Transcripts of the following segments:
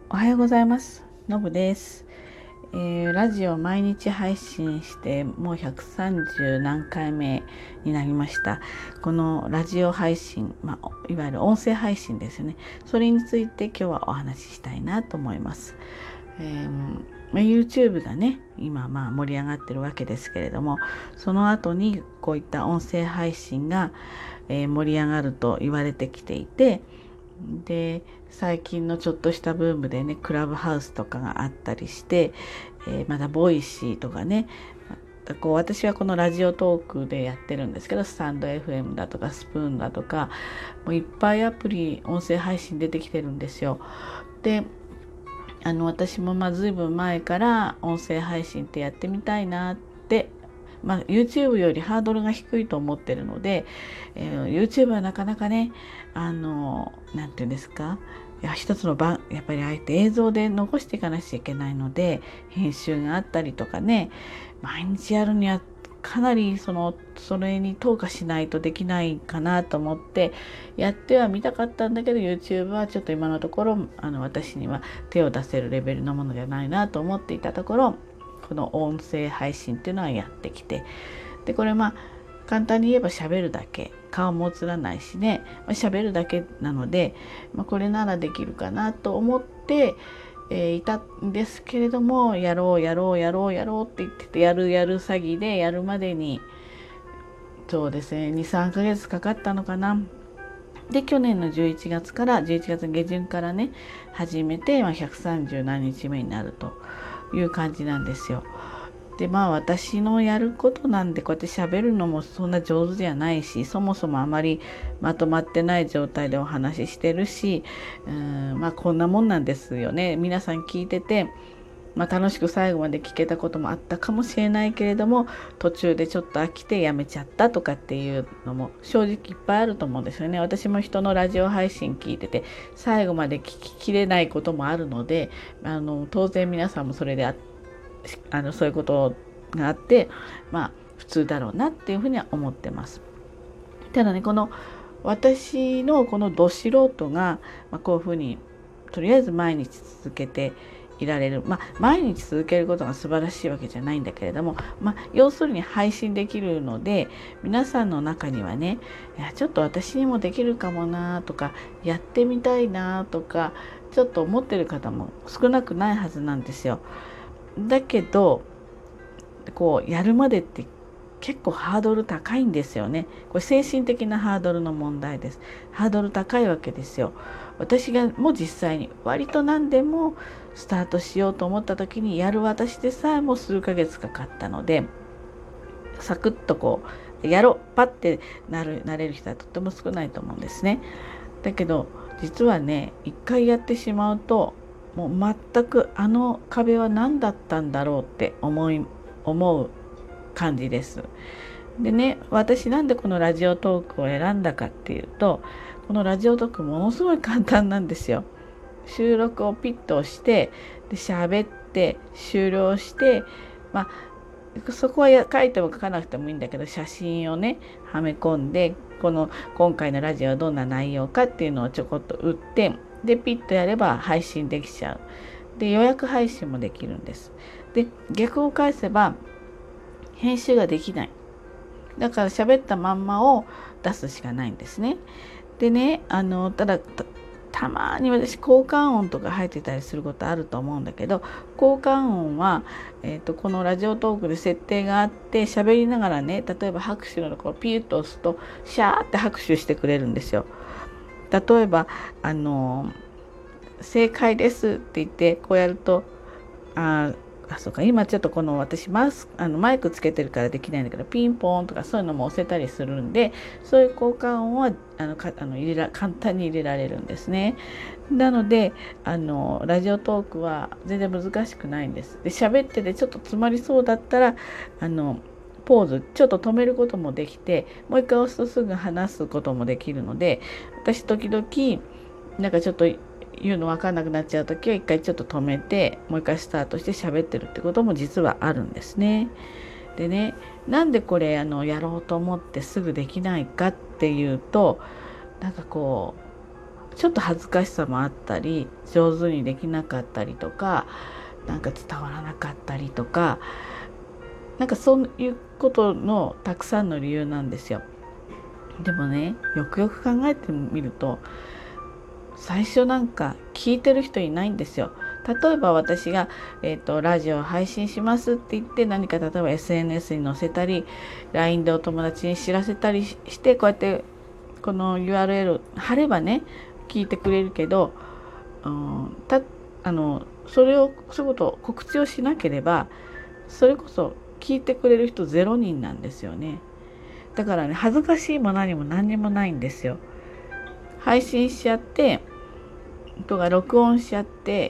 おはようございます。のぶです。ラジオ毎日配信してもう130何回目になりました。このラジオ配信、いわゆる音声配信ですよね。それについて今日はお話ししたいなと思います。YouTube がね、今盛り上がってるわけですけれども、その後にこういった音声配信が、盛り上がると言われてきていて、で最近のちょっとしたブームでね、クラブハウスとかがあったりして、またボイシーとかね、私はこのラジオトークでやってるんですけど、スタンド FM だとかスプーンだとか、もういっぱいアプリ音声配信出てきてるんですよ。で私も随分前から音声配信ってやってみたいなって、YouTube よりハードルが低いと思ってるので、YouTube はなかなかね、なんていうんですか、一つのやっぱりあえて映像で残していかなきゃいけないので、編集があったりとかね、毎日やるにはかなりそれに特化しないとできないかなと思ってやってはみたかったんだけど、 YouTube はちょっと今のところ私には手を出せるレベルのものじゃないなと思っていたところ、この音声配信っていうのはやってきて、でこれ簡単に言えば喋るだけ、顔も映らないしね、喋るだけなので、これならできるかなと思って、いたんですけれども、やろうって言ってて、やる詐欺でやるまでにそうですね、2、3ヶ月かかったのかな。で去年の11月下旬からね始めて、130何日目になるという感じなんですよ。で私のやることなんで、こうやって喋るのもそんな上手じゃないし、そもそもあまりまとまってない状態でお話ししてるし、こんなもんなんですよね。皆さん聞いてて、楽しく最後まで聞けたこともあったかもしれないけれども、途中でちょっと飽きてやめちゃったとかっていうのも正直いっぱいあると思うんですよね。私も人のラジオ配信聞いてて最後まで聞ききれないこともあるので、当然皆さんもそれでそういうことがあって、普通だろうなっていうふうには思ってます。ただね、この私のこのど素人が、こういうふうにとりあえず毎日続けていられる、毎日続けることが素晴らしいわけじゃないんだけれども、要するに配信できるので、皆さんの中にはね、いやちょっと私にもできるかもなとか、やってみたいなとかちょっと思ってる方も少なくないはずなんですよ。だけどこうやるまでって結構ハードル高いんですよね。これ精神的なハードルの問題です。ハードル高いわけですよ。私がもう実際に割と何でもスタートしようと思った時にやる私でさえも数ヶ月かかったので、サクッとこうやろうパッてなれる人はとっても少ないと思うんですね。だけど実はね、一回やってしまうともう全くあの壁は何だったんだろうって思う感じです。でね、私なんでこのラジオトークを選んだかっていうと、このラジオトークものすごい簡単なんですよ。収録をピッと押して、で喋って終了して、そこは書いても書かなくてもいいんだけど、写真をねはめ込んで、今回のラジオはどんな内容かっていうのをちょこっと打って、でピッとやれば配信できちゃう。で予約配信もできるんです。で逆を返せば編集ができない。だから喋ったまんまを出すしかないんですね。でね、ただたまに私効果音とか入ってたりすることあると思うんだけど、効果音は、このラジオトークで設定があって、喋りながらね、例えば拍手のところピュッと押すとシャーって拍手してくれるんですよ。例えば正解ですって言ってこうやると、そうか、今ちょっとこの私マイクつけてるからできないんだけど、ピンポーンとかそういうのも押せたりするんで、そういう効果音は簡単に入れられるんですね。なのでラジオトークは全然難しくないんです。で喋っててちょっと詰まりそうだったらポーズちょっと止めることもできて、もう一回押すとすぐ話すこともできるので、私時々なんかちょっと言うの分かんなくなっちゃう時は一回ちょっと止めて、もう一回スタートして喋ってるってことも実はあるんですね。でね、なんでこれやろうと思ってすぐできないかっていうと、なんかこうちょっと恥ずかしさもあったり、上手にできなかったりとか、なんか伝わらなかったりとか、なんかそういうことのたくさんの理由なんですよ。でもね、よくよく考えてみると、最初なんか聞いてる人いないんですよ。例えば私が、ラジオ配信しますって言って、何か例えば SNS に載せたり LINE でお友達に知らせたりして、こうやってこの URL 貼ればね聞いてくれるけど、そういうことを告知をしなければ、それこそ聞いてくれる人0人なんですよね。だからね、恥ずかしいも何も何にもないんですよ。配信しちゃってとか録音しちゃって、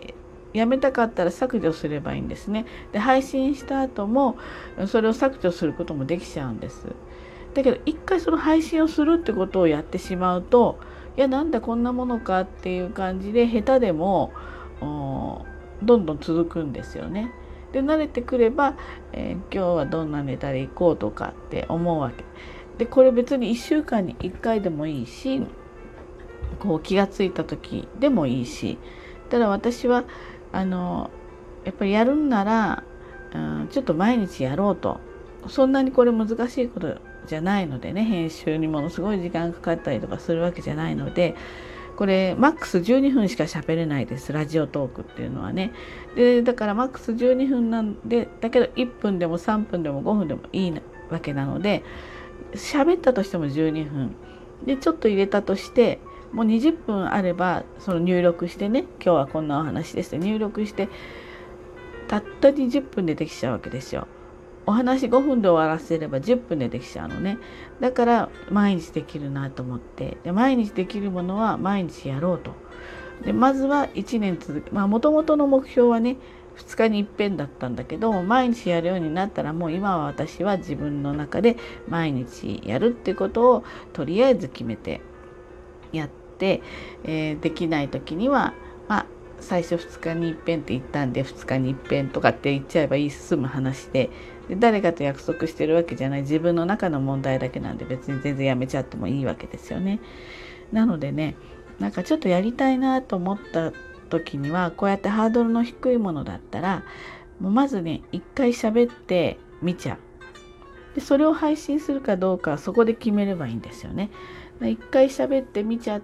やめたかったら削除すればいいんですね。で、配信した後もそれを削除することもできちゃうんです。だけど一回その配信をするってことをやってしまうと、いやなんだこんなものかっていう感じで、下手でもどんどん続くんですよね。で、慣れてくれば、今日はどんなネタでいこうとかって思うわけで、これ別に1週間に1回でもいいし、こう気がついた時でもいいし、ただ私はやっぱりやるんなら、ちょっと毎日やろうと。そんなにこれ難しいことじゃないのでね、編集にものすごい時間かかったりとかするわけじゃないので、これマックス12分しか喋れないです、ラジオトークっていうのはね。で、だからマックス12分なんで、だけど1分でも3分でも5分でもいいわけなので、喋ったとしても12分で、ちょっと入れたとしてもう20分あれば、その入力してね、今日はこんなお話ですって入力して、たった20分でできちゃうわけですよ。お話5分で終わらせれば10分でできちゃうのね。だから毎日できるなと思って、で毎日できるものは毎日やろうと。でまずは1年続け、もともとの目標はね2日に一遍だったんだけど、毎日やるようになったら、もう今は私は自分の中で毎日やるってことをとりあえず決めてやって、できない時には最初2日に一遍って言ったんで2日に一遍とかって言っちゃえばいい済む話で、誰かと約束してるわけじゃない、自分の中の問題だけなんで、別に全然やめちゃってもいいわけですよね。なのでね、なんかちょっとやりたいなと思った時には、こうやってハードルの低いものだったら、もうまずね一回喋ってみちゃう。でそれを配信するかどうかはそこで決めればいいんですよね。一回喋ってみちゃって、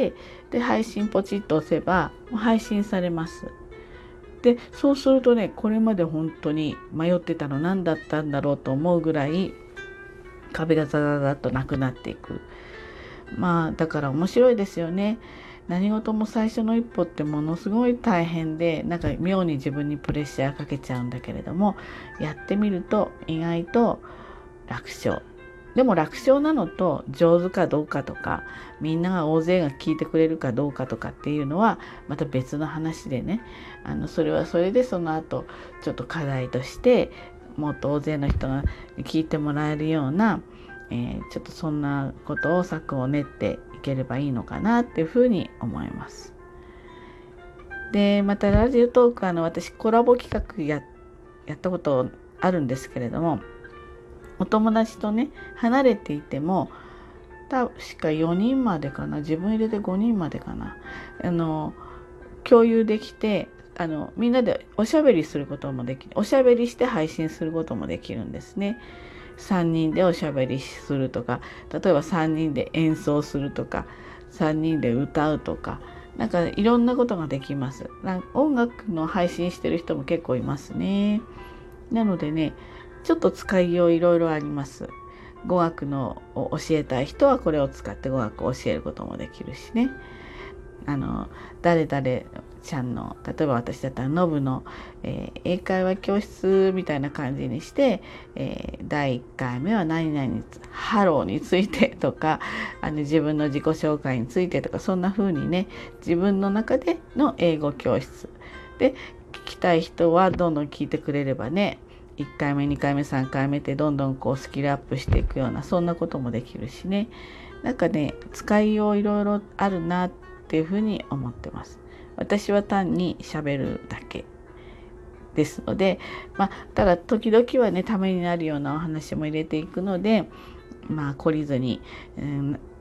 で配信ポチッと押せばもう配信されます。でそうするとね、これまで本当に迷ってたの何だったんだろうと思うぐらい壁がザザザッとなくなっていく。だから面白いですよね。何事も最初の一歩ってものすごい大変で、なんか妙に自分にプレッシャーかけちゃうんだけれども、やってみると意外と楽勝。でも楽勝なのと上手かどうかとか、みんなが大勢が聞いてくれるかどうかとかっていうのはまた別の話でね、それはそれでその後ちょっと課題として、もっと大勢の人が聞いてもらえるような、ちょっとそんなことを策を練っていければいいのかなっていうふうに思います。でまたラジオトーク私コラボ企画やったことあるんですけれども、お友達とね離れていても、確か4人までかな、自分入れて5人までかな、共有できて、みんなでおしゃべりすることもできる、おしゃべりして配信することもできるんですね。3人でおしゃべりするとか、例えば3人で演奏するとか、3人で歌うとか、なんかいろんなことができます。音楽の配信してる人も結構いますね。なのでね、ちょっと使いよういろいろあります。語学のを教えたい人はこれを使って語学を教えることもできるしね。誰々ちゃんの、例えば私だったらノブの、英会話教室みたいな感じにして、第1回目は何々ハローについてとか、自分の自己紹介についてとか、そんな風にね、自分の中での英語教室で聞きたい人はどんどん聞いてくれればね、1回目2回目3回目ってどんどんこうスキルアップしていくような、そんなこともできるしね。なんかね、使いよういろいろあるなっていうふうに思ってます。私は単に喋るだけですので、ただ時々はね、ためになるようなお話も入れていくので、懲りずに、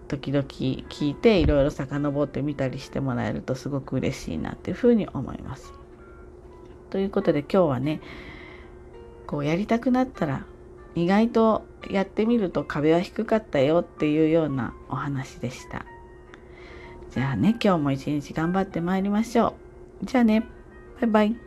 時々聞いていろいろ遡ってみたりしてもらえるとすごく嬉しいなっていうふうに思います。ということで今日はね、こうやりたくなったら意外とやってみると壁は低かったよっていうようなお話でした。じゃあね、今日も一日頑張ってまいりましょう。じゃあね、バイバイ。